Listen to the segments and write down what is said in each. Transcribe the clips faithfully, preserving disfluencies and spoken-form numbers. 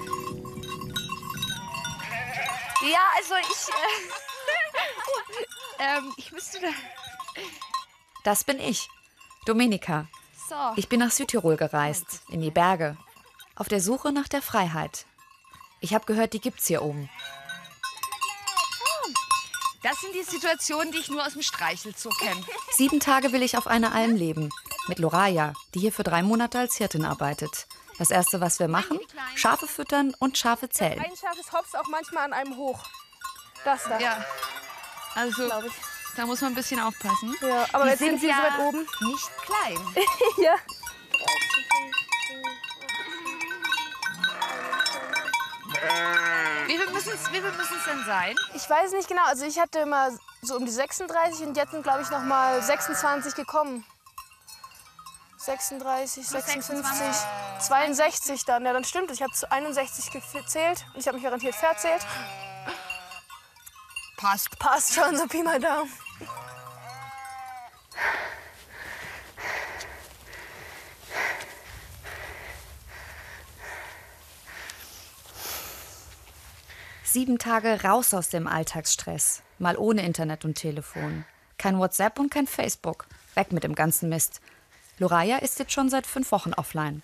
Ja, also ich... Äh, ähm, ich müsste da... Das bin ich, Domenica. So. Ich bin nach Südtirol gereist, in die Berge, auf der Suche nach der Freiheit. Ich habe gehört, die gibt's hier oben. Das sind die Situationen, die ich nur aus dem Streichelzoo kenne. Sieben Tage will ich auf einer Alm leben, mit Loraya, die hier für drei Monate als Hirtin arbeitet. Das Erste, was wir machen, Schafe füttern und Schafe zählen. Ein Schaf ist hops auch manchmal an einem hoch. Das da. Ja, also glaube ich. Da muss man ein bisschen aufpassen. Ja, aber die jetzt sind sind sie ja so weit oben. nicht klein. Ja. Wie viel müssen es wie viel müssen's denn sein? Ich weiß nicht genau. Also ich hatte immer so um die sechsunddreißig und jetzt sind, glaube ich, noch mal sechsundzwanzig gekommen. sechsunddreißig, sechsundfünfzig, zweiundsechzig dann. Ja, dann stimmt es. Ich habe zu einundsechzig gezählt und ich habe mich garantiert verzählt. Passt. Passt schon, so Pi mal Daumen. Sieben Tage raus aus dem Alltagsstress. Mal ohne Internet und Telefon. Kein WhatsApp und kein Facebook. Weg mit dem ganzen Mist. Loraya ist jetzt schon seit fünf Wochen offline.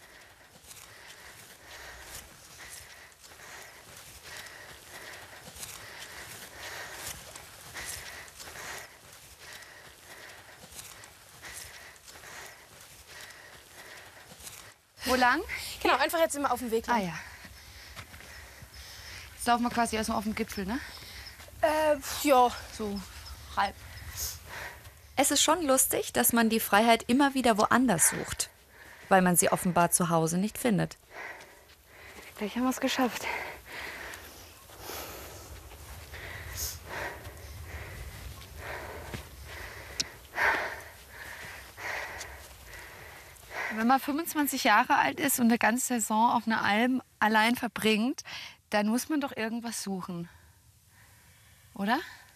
Wo lang? Genau, einfach jetzt immer auf dem Weg lang. Ah ja. Jetzt laufen wir quasi erstmal auf dem Gipfel, ne? Äh, ja. So halb. Es ist schon lustig, dass man die Freiheit immer wieder woanders sucht, weil man sie offenbar zu Hause nicht findet. Gleich haben wir es geschafft. Wenn man fünfundzwanzig Jahre alt ist und eine ganze Saison auf einer Alm allein verbringt, dann muss man doch irgendwas suchen. Oder?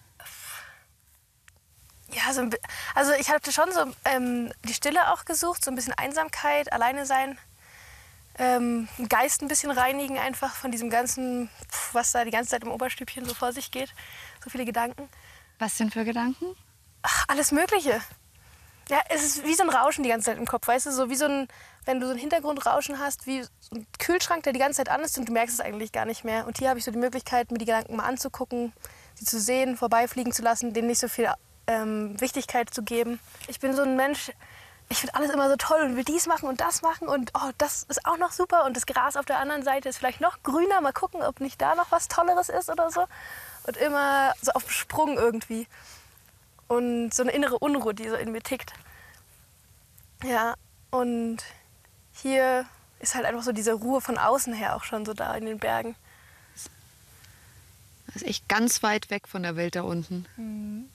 Ja, so ein bi- also ich hatte schon so ähm, die Stille auch gesucht, so ein bisschen Einsamkeit, alleine sein, ähm, den Geist ein bisschen reinigen einfach von diesem ganzen, pf, was da die ganze Zeit im Oberstübchen so vor sich geht, so viele Gedanken. Was sind für Gedanken? Ach, alles Mögliche. Ja, es ist wie so ein Rauschen die ganze Zeit im Kopf, weißt du, so wie so ein, wenn du so ein Hintergrundrauschen hast, wie so ein Kühlschrank, der die ganze Zeit an ist und du merkst es eigentlich gar nicht mehr. Und hier habe ich so die Möglichkeit, mir die Gedanken mal anzugucken, sie zu sehen, vorbeifliegen zu lassen, denen nicht so viel ähm, Wichtigkeit zu geben. Ich bin so ein Mensch, ich finde alles immer so toll und will dies machen und das machen und oh, das ist auch noch super und das Gras auf der anderen Seite ist vielleicht noch grüner, mal gucken, ob nicht da noch was Tolleres ist oder so. Und immer so auf dem Sprung irgendwie. Und so eine innere Unruhe, die so in mir tickt. Ja, und hier ist halt einfach so diese Ruhe von außen her auch schon so da in den Bergen. Das ist echt ganz weit weg von der Welt da unten. Mhm.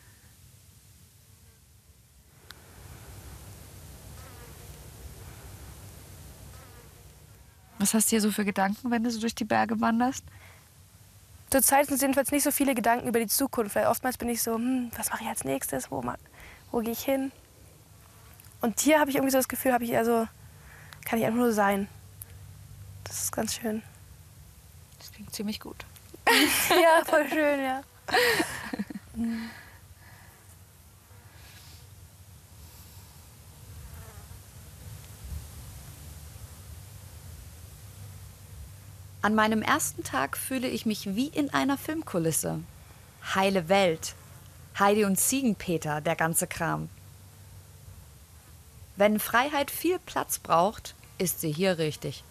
Was hast du hier so für Gedanken, wenn du so durch die Berge wanderst? Zurzeit sind jedenfalls nicht so viele Gedanken über die Zukunft, weil oftmals bin ich so, hm, was mache ich als nächstes, wo, ma- wo gehe ich hin? Und hier habe ich irgendwie so das Gefühl, habe ich eher so, kann ich einfach nur sein. Das ist ganz schön. Das klingt ziemlich gut. Ja, voll schön, ja. An meinem ersten Tag fühle ich mich wie in einer Filmkulisse. Heile Welt. Heidi und Ziegenpeter, der ganze Kram. Wenn Freiheit viel Platz braucht, ist sie hier richtig.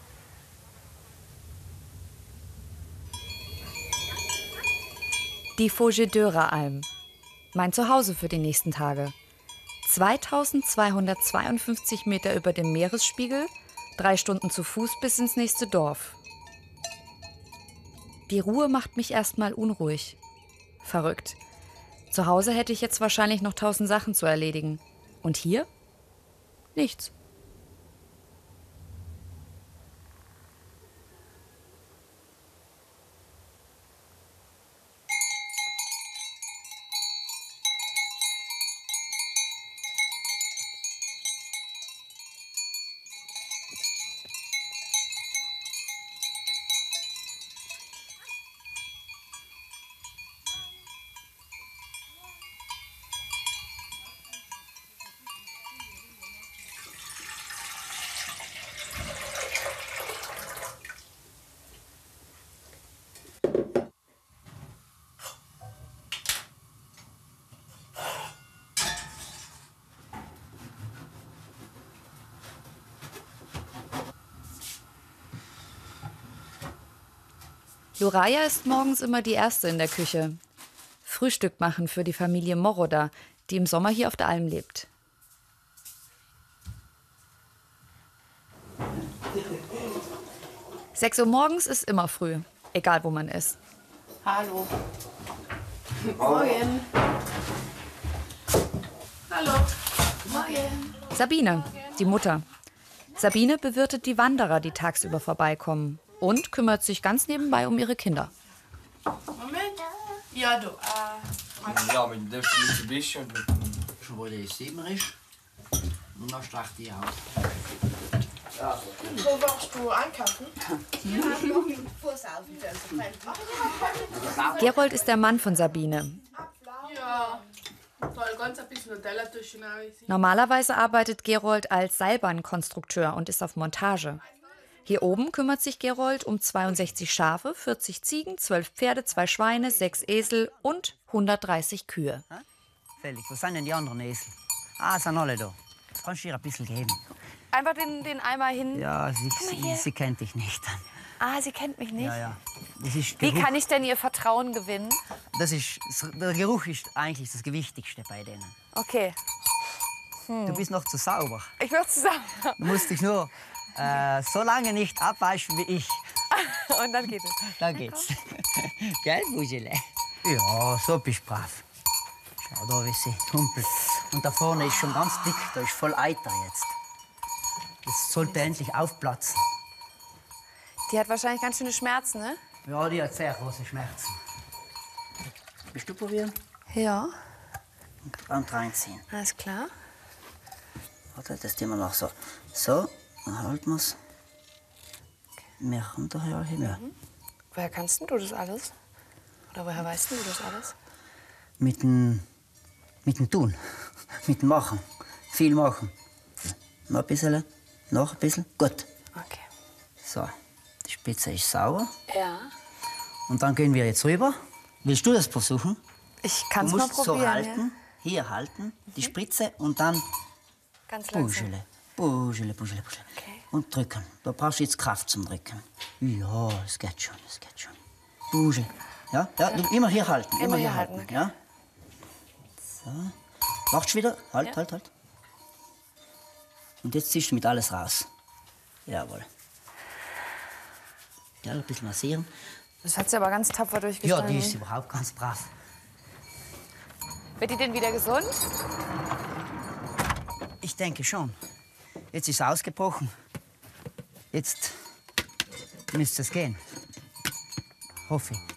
Die Fougedeurer-Alm. Mein Zuhause für die nächsten Tage. zweitausendzweihundertzweiundfünfzig Meter über dem Meeresspiegel, drei Stunden zu Fuß bis ins nächste Dorf. Die Ruhe macht mich erstmal unruhig. Verrückt. Zu Hause hätte ich jetzt wahrscheinlich noch tausend Sachen zu erledigen. Und hier? Nichts. Loraya ist morgens immer die Erste in der Küche. Frühstück machen für die Familie Moroder, die im Sommer hier auf der Alm lebt. Sechs Uhr morgens ist immer früh, egal wo man ist. Hallo. Morgen. Hallo. Morgen. Sabine, die Mutter. Sabine bewirtet die Wanderer, die tagsüber vorbeikommen, und kümmert sich ganz nebenbei um ihre Kinder. Moment. Ja, du. Äh, Ja, mit dem Mitsubishi und mit dem... Schon wo der sieben ist. Und dann stracht die aus. Wo warst du einkaufen? Gerold ist der Mann von Sabine. ja. Toll, ganz ein bisschen Nutella zwischen. Normalerweise arbeitet Gerold als Seilbahnkonstrukteur und ist auf Montage. Hier oben kümmert sich Gerold um zweiundsechzig Schafe, vierzig Ziegen, zwölf Pferde, zwei Schweine, sechs Esel und hundertdreißig Kühe. Felix, wo sind denn die anderen Esel? Ah, sind alle da. Kannst du ihr ein bisschen geben? Einfach den, den Eimer hin. Ja, sie, sie, hier. sie kennt dich nicht. Ah, sie kennt mich nicht. Ja, ja. Das ist Wie Geruch. kann ich denn ihr Vertrauen gewinnen? Das ist, der Geruch ist eigentlich das Gewichtigste bei denen. Okay. Du bist noch zu sauber. Ich würde zusammen. Du musst dich nur äh, so lange nicht abwaschen wie ich. Und dann geht es. Dann geht's. Gell, Bugele? Ja, so bist du brav. Schau da, wie sie humpelt. Und da vorne ist schon ganz dick, da ist voll Eiter jetzt. Das sollte endlich aufplatzen. Die hat wahrscheinlich ganz schöne Schmerzen, ne? Ja, die hat sehr große Schmerzen. Willst du probieren? Ja. Und reinziehen. Alles klar. Warte, das tun wir noch so. So, dann halten wir es. Wir kommen da ja hin. Mhm. Woher kannst denn du das alles? Oder woher weißt du das alles? Mit dem, mit dem Tun, mit dem Machen. Viel machen. Noch ein bisschen, noch ein bisschen. Gut. Okay. So, die Spitze ist sauber. Ja. Und dann gehen wir jetzt rüber. Willst du das versuchen? Ich kann es Du mal musst probieren. so halten, hier halten, die Spritze und dann Ja? Ganz langsam. Bugele, Bugele, Bugele, Bugele. Okay. Und drücken. Da brauchst du jetzt Kraft zum Drücken. Ja, es geht schon, es geht schon. Bugele. Ja, ja, du immer hier halten, immer, hier halten. okay. Ja? So. Machst du wieder? Halt, Ja. halt, halt. Und jetzt ziehst du mit alles raus. Jawohl. Ja, ein bisschen massieren. Das hat sie aber ganz tapfer Ja, durchgestanden. die ist überhaupt ganz brav. Wird die denn wieder gesund? Ich denke schon. Jetzt ist es ausgebrochen. Jetzt müsste es gehen. Hoffe ich.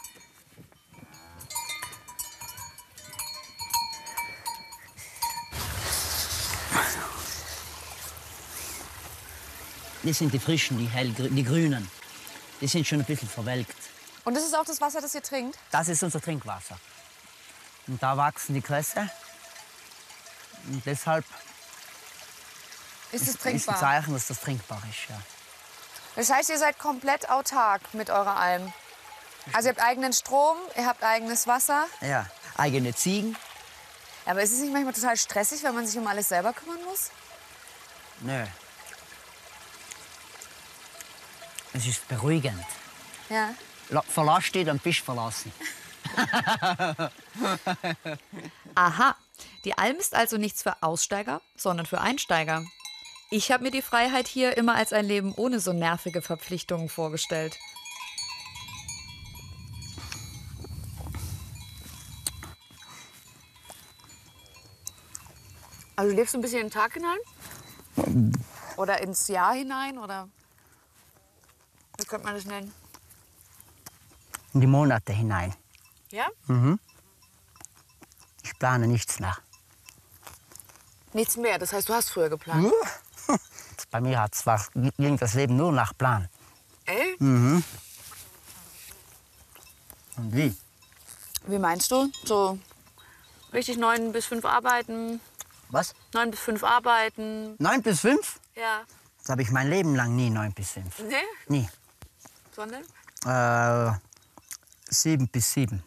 Das sind die frischen, die hellgrü die grünen. Die sind schon ein bisschen verwelkt. Und das ist auch das Wasser, das ihr trinkt? Das ist unser Trinkwasser. Und da wachsen die Kresse. Und deshalb Ist es ist ein trinkbar? Zeichen, dass das trinkbar ist. Ja. Das heißt, ihr seid komplett autark mit eurer Alm. Also ihr habt eigenen Strom, ihr habt eigenes Wasser. Ja, eigene Ziegen. Aber ist es nicht manchmal total stressig, wenn man sich um alles selber kümmern muss? Nö. Es ist beruhigend. Ja. La- Verlass dich, dann bist du verlassen. Aha, die Alm ist also nichts für Aussteiger, sondern für Einsteiger. Ich habe mir die Freiheit hier immer als ein Leben ohne so nervige Verpflichtungen vorgestellt. Also du lebst ein bisschen in den Tag hinein? Oder ins Jahr hinein? Oder wie könnte man das nennen? In die Monate hinein. Ja? Ich plane nichts mehr. Nichts mehr. Das heißt, du hast früher geplant. Bei mir hat zwar ging das Leben nur nach Plan. Ey? Und wie? Wie meinst du? So richtig neun bis fünf arbeiten, Was? neun bis fünf arbeiten. Neun bis fünf? Ja. Das habe ich mein Leben lang nie neun bis fünf. Nee? Nie. Sondern? Äh, sieben bis sieben.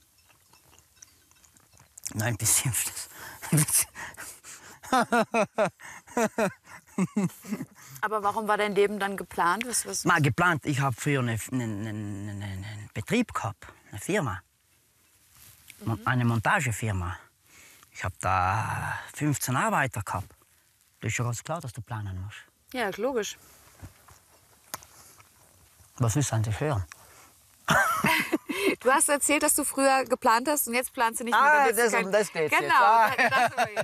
Neun bis fünf. Das Aber warum war dein Leben dann geplant? Was, was? Mal geplant, ich habe früher einen eine, eine, eine, einen Betrieb gehabt, eine Firma. Mhm. Eine Montagefirma. Ich habe da fünfzehn Arbeiter gehabt. Das ist schon ganz klar, dass du planen musst. Ja, logisch. Was willst du eigentlich hören? Du hast erzählt, dass du früher geplant hast und jetzt planst du nicht mehr. Ah, Dann das, kein... um das geht's genau, jetzt. Genau, das wir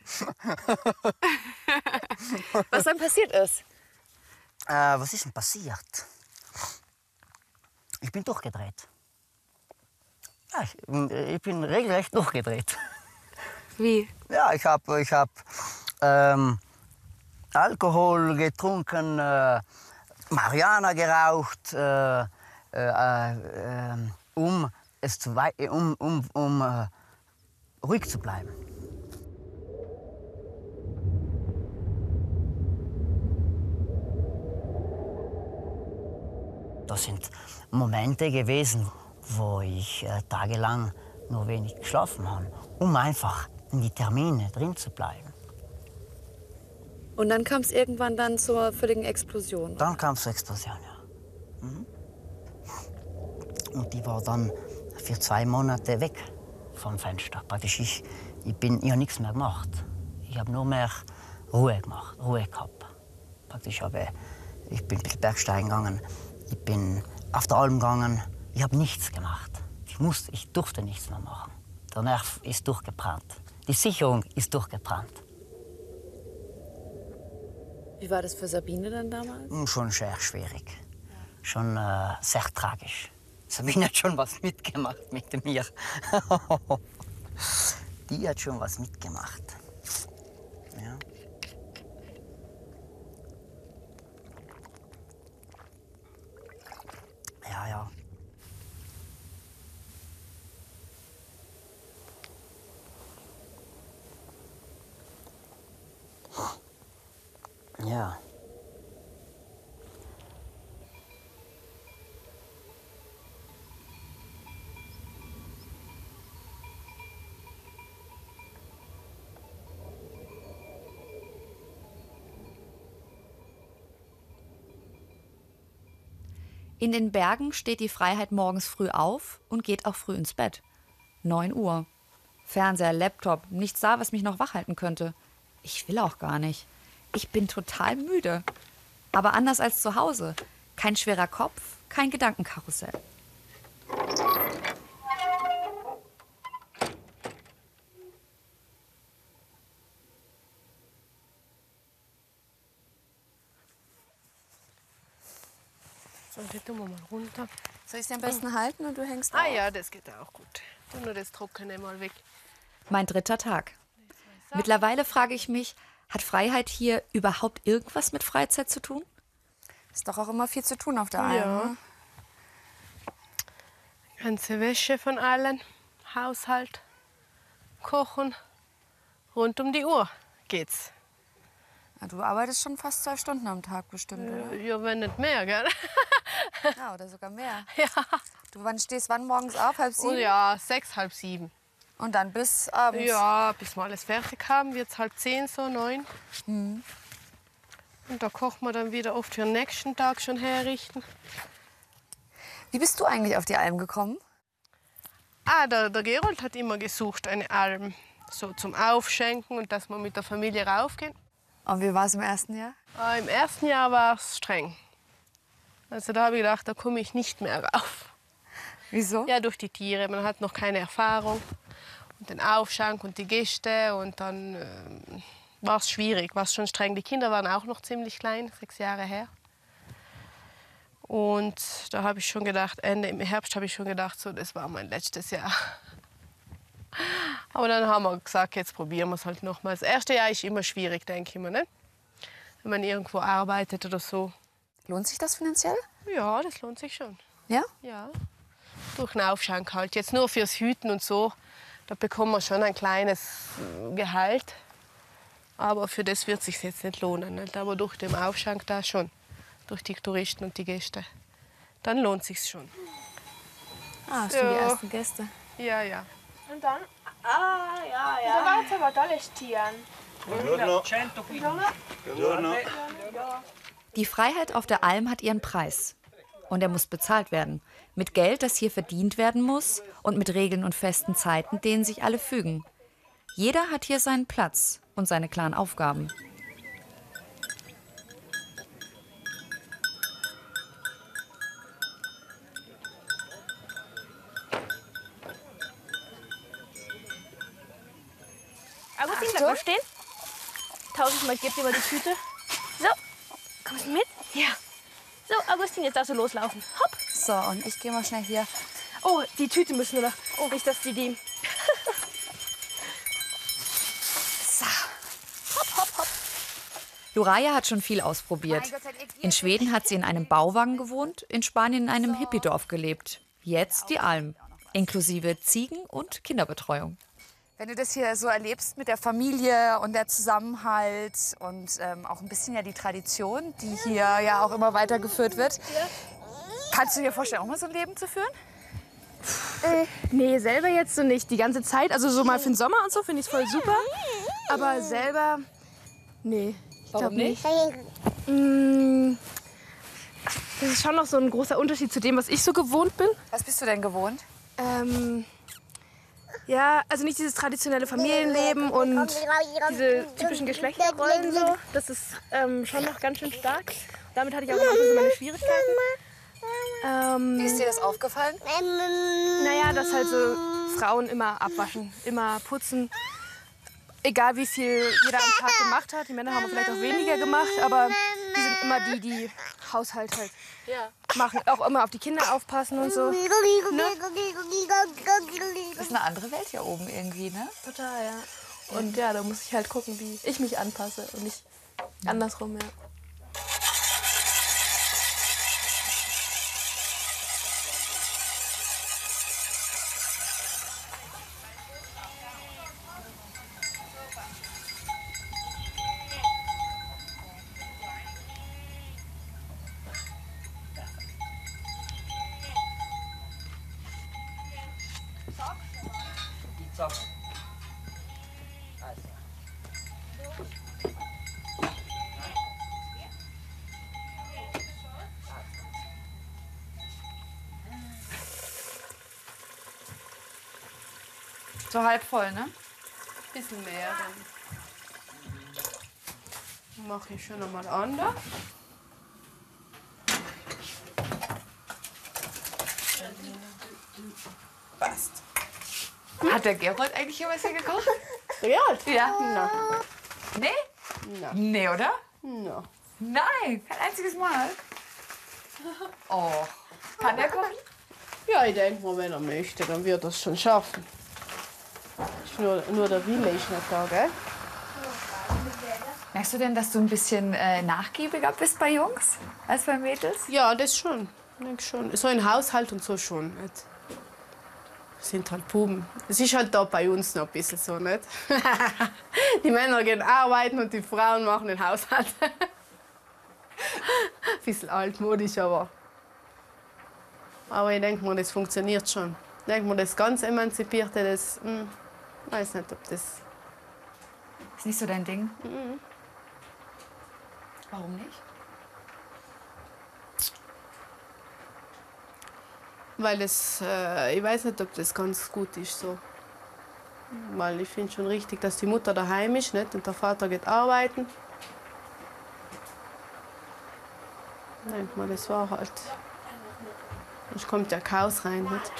jetzt. Was dann passiert ist? Äh, was ist denn passiert? Ich bin durchgedreht. Ja, ich, ich bin regelrecht durchgedreht. Wie? Ja, ich habe ich hab, ähm, Alkohol getrunken, äh, Marihuana geraucht, äh, äh, äh, um, es zu wei um, um, um äh, ruhig zu bleiben. Das sind Momente gewesen, wo ich äh, tagelang nur wenig geschlafen habe, um einfach in die Termine drin zu bleiben. Und dann kam es irgendwann dann zur völligen Explosion. Dann kam es zur Explosion, ja. Mhm. Und die war dann für zwei Monate weg vom Fenster. Praktisch ich, ich bin ich habe nichts mehr gemacht. Ich habe nur mehr Ruhe gemacht, Ruhe gehabt. Praktisch habe ich bin ein bisschen Bergsteigen gegangen, ich bin auf der Alm gegangen. Ich habe nichts gemacht. Ich musste, ich durfte nichts mehr machen. Der Nerv ist durchgebrannt. Die Sicherung ist durchgebrannt. Wie war das für Sabine dann damals? Schon sehr schwierig. Schon äh, sehr tragisch. Sabine hat schon was mitgemacht mit mir. Die hat schon was mitgemacht. Ja. Ja, ja. Ja. In den Bergen steht die Freiheit morgens früh auf und geht auch früh ins Bett. neun Uhr. Fernseher, Laptop, nichts da, was mich noch wach halten könnte. Ich will auch gar nicht. Ich bin total müde. Aber anders als zu Hause. Kein schwerer Kopf, kein Gedankenkarussell. So, die tun wir mal runter. Soll ich es dir am besten halten und du hängst Ah auf? ja, das geht auch gut. Tu nur das Trockene mal weg. Mein dritter Tag. Mittlerweile frage ich mich, hat Freiheit hier überhaupt irgendwas mit Freizeit zu tun? Ist doch auch immer viel zu tun auf der Alm. Ja. Ne? Ganze Wäsche von allen, Haushalt, Kochen, rund um die Uhr geht's. Ja, du arbeitest schon fast zwei Stunden am Tag bestimmt, oder? Ja, wenn nicht mehr, gell? Ja, oder sogar mehr. Ja. Du wann stehst wann morgens auf? Halb sieben? Und ja, sechs, halb sieben. Und dann bis abends? Ja, bis wir alles fertig haben, wird's halb zehn, so neun. Mhm. Und da kochen wir dann wieder oft für den nächsten Tag schon herrichten. Wie bist du eigentlich auf die Alm gekommen? Ah, der, der Gerold hat immer gesucht, eine Alm, so zum Aufschenken und dass wir mit der Familie raufgehen. Und wie war es im ersten Jahr? Ah, im ersten Jahr war es streng. Also da habe ich gedacht, da komme ich nicht mehr rauf. Wieso? Ja, durch die Tiere. Man hat noch keine Erfahrung. Und den Aufschank und die Gäste. Und dann äh, war es schwierig, war es schon streng. Die Kinder waren auch noch ziemlich klein, sechs Jahre her. Und da habe ich schon gedacht, Ende im Herbst habe ich schon gedacht, so, das war mein letztes Jahr. Aber dann haben wir gesagt, jetzt probieren wir es halt noch mal. Das erste Jahr ist immer schwierig, denke ich mir, ne? Wenn man irgendwo arbeitet oder so. Lohnt sich das finanziell? Ja, das lohnt sich schon. Ja? Ja. Durch den Aufschank halt. Jetzt nur fürs Hüten und so, da bekommen wir schon ein kleines äh, Gehalt. Aber für das wird es sich jetzt nicht lohnen. Nicht? Aber durch den Aufschank da schon. Durch die Touristen und die Gäste. Dann lohnt sich's schon. Ah, schon Ja. die ersten Gäste. Ja, ja. Und dann? Ah, ja, ja. Da war jetzt aber alle Stieren. Buongiorno. Buongiorno. Die Freiheit auf der Alm hat ihren Preis. Und er muss bezahlt werden. Mit Geld, das hier verdient werden muss und mit Regeln und festen Zeiten, denen sich alle fügen. Jeder hat hier seinen Platz und seine klaren Aufgaben. Augustin, bleib mal stehen. Tausendmal, ich gebe dir mal die Tüte. So, kommst du mit? Ja. So, Augustin, jetzt darfst du loslaufen. Hopp. So, und ich gehe mal schnell hier. Oh, die Tüte müssen wir noch. Oh, nicht, dass die die... So. Hopp, hopp, hopp. Loraya hat schon viel ausprobiert. In Schweden hat sie in einem Bauwagen gewohnt, in Spanien in einem Hippiedorf gelebt. Jetzt die Alm, inklusive Ziegen- und Kinderbetreuung. Wenn du das hier so erlebst mit der Familie und der Zusammenhalt und ähm, auch ein bisschen ja die Tradition, die hier ja auch immer weitergeführt wird, kannst du dir vorstellen, auch mal so ein Leben zu führen? Äh, nee, selber jetzt so nicht. Die ganze Zeit, also so mal für den Sommer und so finde ich es voll super. Aber selber, nee. Ich Warum nicht? Mm, das ist schon noch so ein großer Unterschied zu dem, was ich so gewohnt bin. Was bist du denn gewohnt? Ähm, ja, also nicht dieses traditionelle Familienleben und diese typischen Geschlechterrollen so. Das ist ähm, schon noch ganz schön stark. Damit hatte ich auch immer so meine Schwierigkeiten. Ähm, Wie ist dir das aufgefallen? naja, dass halt so Frauen immer abwaschen, immer putzen. Egal wie viel jeder am Tag gemacht hat. Die Männer haben vielleicht auch weniger gemacht, aber die sind immer die, die Haushalt halt machen. Auch immer auf die Kinder aufpassen und so. Ne? Das ist eine andere Welt hier oben irgendwie, ne? Total, ja. Und ja, da muss ich halt gucken, wie ich mich anpasse und nicht andersrum, ja. So halb voll, ne? Bisschen mehr. Dann mache ich schon noch mal anders. Passt. Hat der Gerold eigentlich hier was hier gekocht? Real? Ja. Na, Nee? na, Nee, oder? na. Nein, kein einziges Mal. Oh. Kann der kochen? Ja, ich denke mal, wenn er möchte, dann wird er es schon schaffen. Ist nur, nur der Wille ist nicht da, gell? Merkst du denn, dass du ein bisschen äh, nachgiebiger bist bei Jungs als bei Mädels? Ja, das schon. Ich denke schon. So ein Haushalt und so schon. Nicht? Das sind halt Buben. Es ist halt da bei uns noch ein bisschen so, nicht? Die Männer gehen arbeiten und die Frauen machen den Haushalt. Ein bisschen altmodisch, aber. Aber ich denke mal, das funktioniert schon. Ich denke mal, das ganz Emanzipierte, das. Hm, weiß nicht, ob das. Ist nicht so dein Ding? Mhm. Warum nicht? Weil das, äh, ich weiß nicht, ob das ganz gut ist so. Weil ich finde schon richtig, dass die Mutter daheim ist, nicht? Und der Vater geht arbeiten. Ich denke mal, das war halt. Sonst kommt ja Chaos rein, nicht?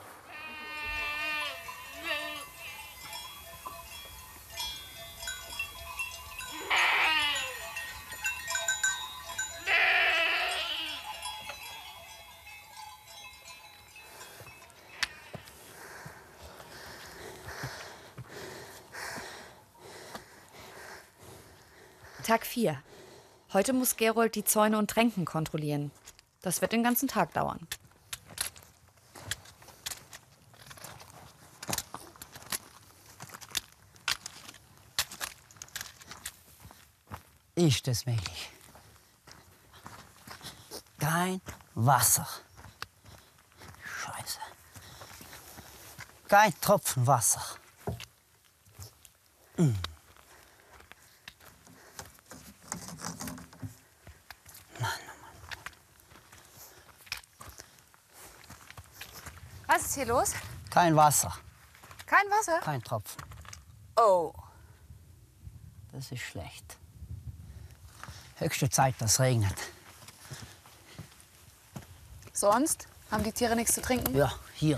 Tag vier. Heute muss Gerold die Zäune und Tränken kontrollieren. Das wird den ganzen Tag dauern. Ist das möglich? Kein Wasser. Scheiße. Kein Tropfen Wasser. Mm. Was ist hier los? Kein Wasser, Kein Wasser? kein Tropfen. Oh. Das ist schlecht. Höchste Zeit, dass es regnet. Sonst? Haben die Tiere nichts zu trinken? Ja, hier.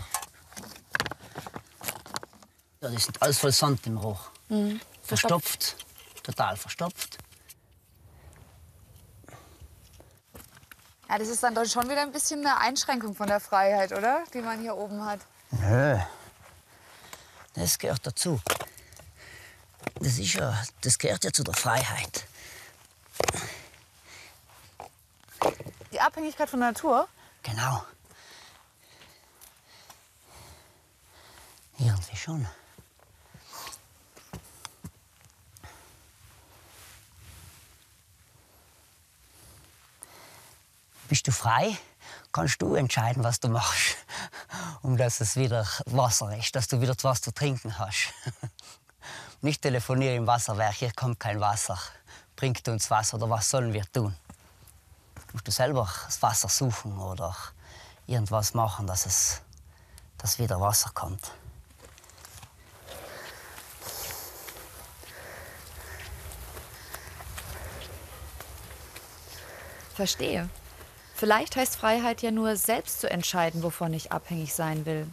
Ja, das ist alles voll Sand im Rohr. Mhm. Verstopft. Total verstopft. Ja, das ist dann doch schon wieder ein bisschen eine Einschränkung von der Freiheit, oder? Die man hier oben hat. Nö. Das gehört dazu. Das ist ja, das gehört ja zu der Freiheit. Die Abhängigkeit von der Natur? Genau. Irgendwie schon. Bist du frei, kannst du entscheiden, was du machst, um dass es wieder Wasser ist, dass du wieder was zu trinken hast. Nicht telefonieren im Wasserwerk, hier kommt kein Wasser. Bringt uns Wasser oder was sollen wir tun? Musst du selber das Wasser suchen oder irgendwas machen, dass es, dass wieder Wasser kommt. Verstehe. Vielleicht heißt Freiheit ja nur, selbst zu entscheiden, wovon ich abhängig sein will.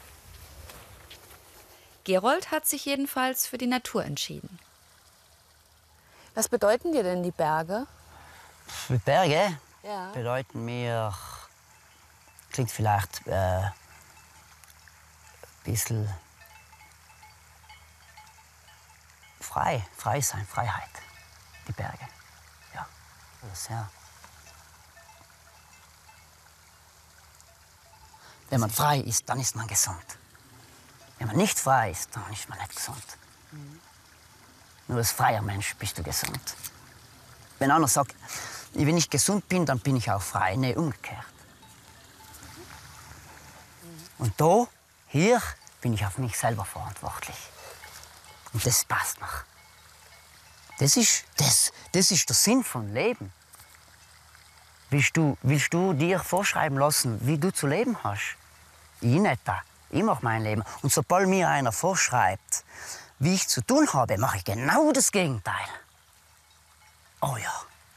Gerold hat sich jedenfalls für die Natur entschieden. Was bedeuten dir denn die Berge? Die Berge Ja. bedeuten mir, klingt vielleicht äh, ein bisschen frei, frei sein, Freiheit. Die Berge, ja. Das, ja. Wenn man frei ist, dann ist man gesund. Wenn man nicht frei ist, dann ist man nicht gesund. Mhm. Nur als freier Mensch bist du gesund. Wenn einer sagt, wenn ich gesund bin, dann bin ich auch frei. Nee, umgekehrt. Und da, hier, bin ich auf mich selber verantwortlich. Und das passt noch. Das ist, das, das ist der Sinn von Leben. Willst du, willst du dir vorschreiben lassen, wie du zu leben hast? Ich nicht. Ich mache mein Leben. Und sobald mir einer vorschreibt, wie ich zu tun habe, mache ich genau das Gegenteil. Oh ja.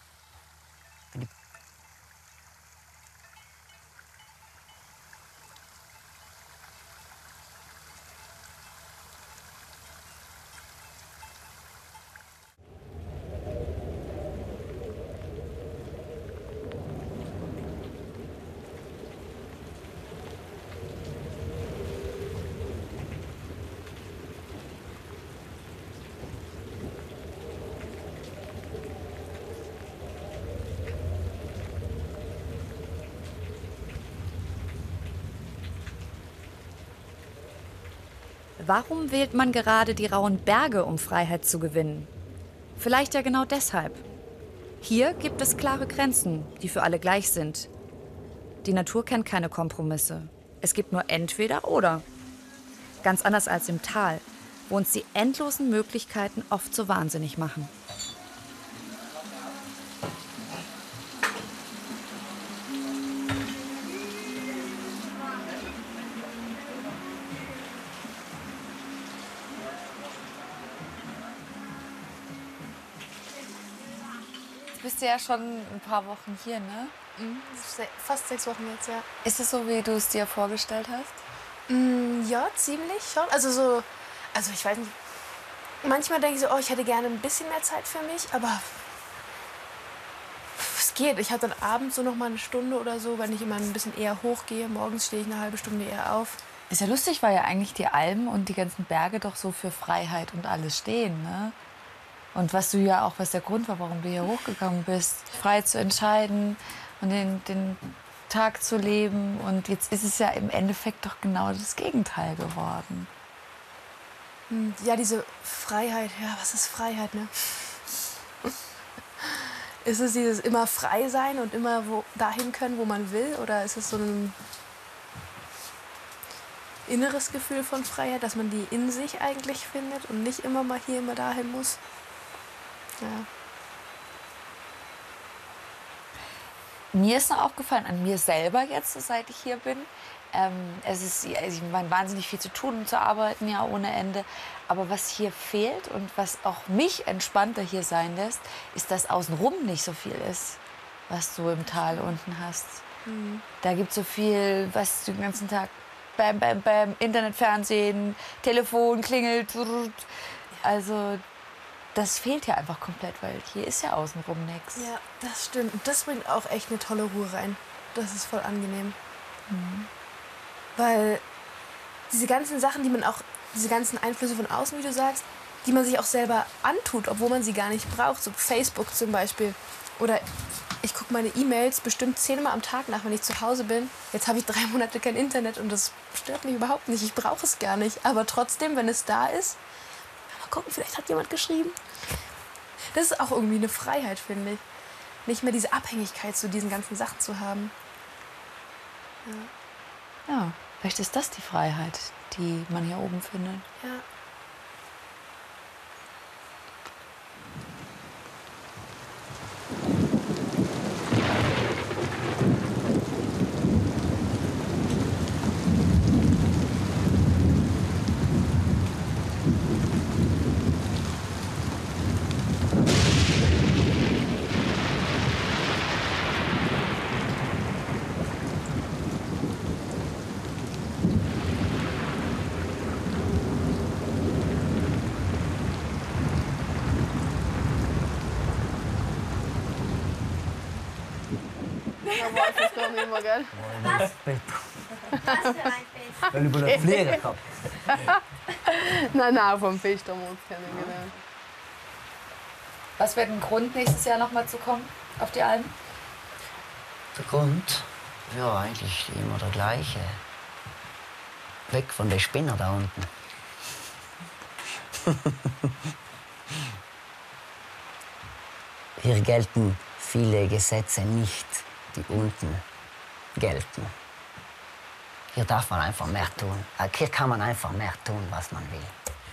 Warum wählt man gerade die rauen Berge, um Freiheit zu gewinnen? Vielleicht ja genau deshalb. Hier gibt es klare Grenzen, die für alle gleich sind. Die Natur kennt keine Kompromisse. Es gibt nur entweder oder. Ganz anders als im Tal, wo uns die endlosen Möglichkeiten oft so wahnsinnig machen. Du bist ja schon ein paar Wochen hier, ne? Mhm. Fast sechs Wochen jetzt, ja. Ist es so, wie du es dir vorgestellt hast? Mm, ja, ziemlich schon. Also so, also ich weiß nicht. Manchmal denke ich so, oh, ich hätte gerne ein bisschen mehr Zeit für mich, aber es geht. Ich habe dann abends so noch mal eine Stunde oder so, wenn ich immer ein bisschen eher hochgehe. Morgens stehe ich eine halbe Stunde eher auf. Ist ja lustig, weil ja eigentlich die Alpen und die ganzen Berge doch so für Freiheit und alles stehen, ne? Und was du ja auch, was der Grund war, warum du hier hochgegangen bist, frei zu entscheiden und den, den Tag zu leben. Und jetzt ist es ja im Endeffekt doch genau das Gegenteil geworden. Ja, diese Freiheit. Ja, was ist Freiheit, ne? Ist es dieses immer frei sein und immer wo, dahin können, wo man will? Oder ist es so ein inneres Gefühl von Freiheit, dass man die in sich eigentlich findet und nicht immer mal hier, immer dahin muss? Ja. mir ist noch aufgefallen, an mir selber jetzt, seit ich hier bin, ähm, es ist also ich meine, wahnsinnig viel zu tun und zu arbeiten, ja, ohne Ende. Aber was hier fehlt und was auch mich entspannter hier sein lässt, ist, dass außenrum nicht so viel ist, was du im Tal unten hast. Mhm. Da gibt es so viel, was du den ganzen Tag, bam, bam, bam, Internet, Fernsehen, Telefon klingelt. Also das fehlt hier einfach komplett, weil hier ist ja außenrum nichts. Ja, das stimmt. Und das bringt auch echt eine tolle Ruhe rein. Das ist voll angenehm. Mhm. Weil diese ganzen Sachen, die man auch, diese ganzen Einflüsse von außen, wie du sagst, die man sich auch selber antut, obwohl man sie gar nicht braucht. So Facebook zum Beispiel. Oder ich gucke meine E-Mails bestimmt zehnmal am Tag nach, wenn ich zu Hause bin. Jetzt habe ich drei Monate kein Internet und das stört mich überhaupt nicht. Ich brauche es gar nicht. Aber trotzdem, wenn es da ist, mal gucken, vielleicht hat jemand geschrieben. Das ist auch irgendwie eine Freiheit, finde ich. Nicht mehr diese Abhängigkeit zu diesen ganzen Sachen zu haben. Ja. Ja, vielleicht ist das die Freiheit, die man hier oben findet. Ja. Immer, gell? Was? Was für ein Fest? Weil ich über den Flieger gehabt. Nein, nein, vom Fest haben wir uns kennengelernt. Was wäre ein Grund, nächstes Jahr noch mal zu kommen auf die Alm? Der Grund? Ja, eigentlich immer der gleiche. Weg von den Spinner da unten. Hier gelten viele Gesetze nicht, die unten gelten. Hier darf man einfach mehr tun. Hier kann man einfach mehr tun, was man will.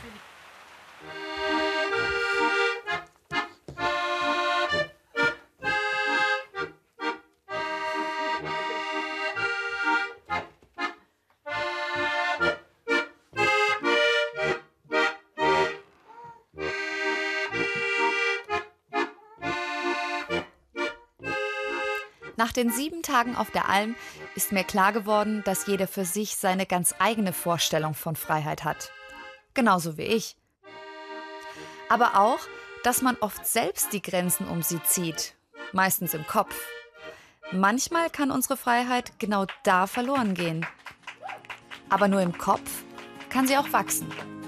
Nach den sieben Tagen auf der Alm ist mir klar geworden, dass jeder für sich seine ganz eigene Vorstellung von Freiheit hat. Genauso wie ich. Aber auch, dass man oft selbst die Grenzen um sie zieht. Meistens im Kopf. Manchmal kann unsere Freiheit genau da verloren gehen. Aber nur im Kopf kann sie auch wachsen.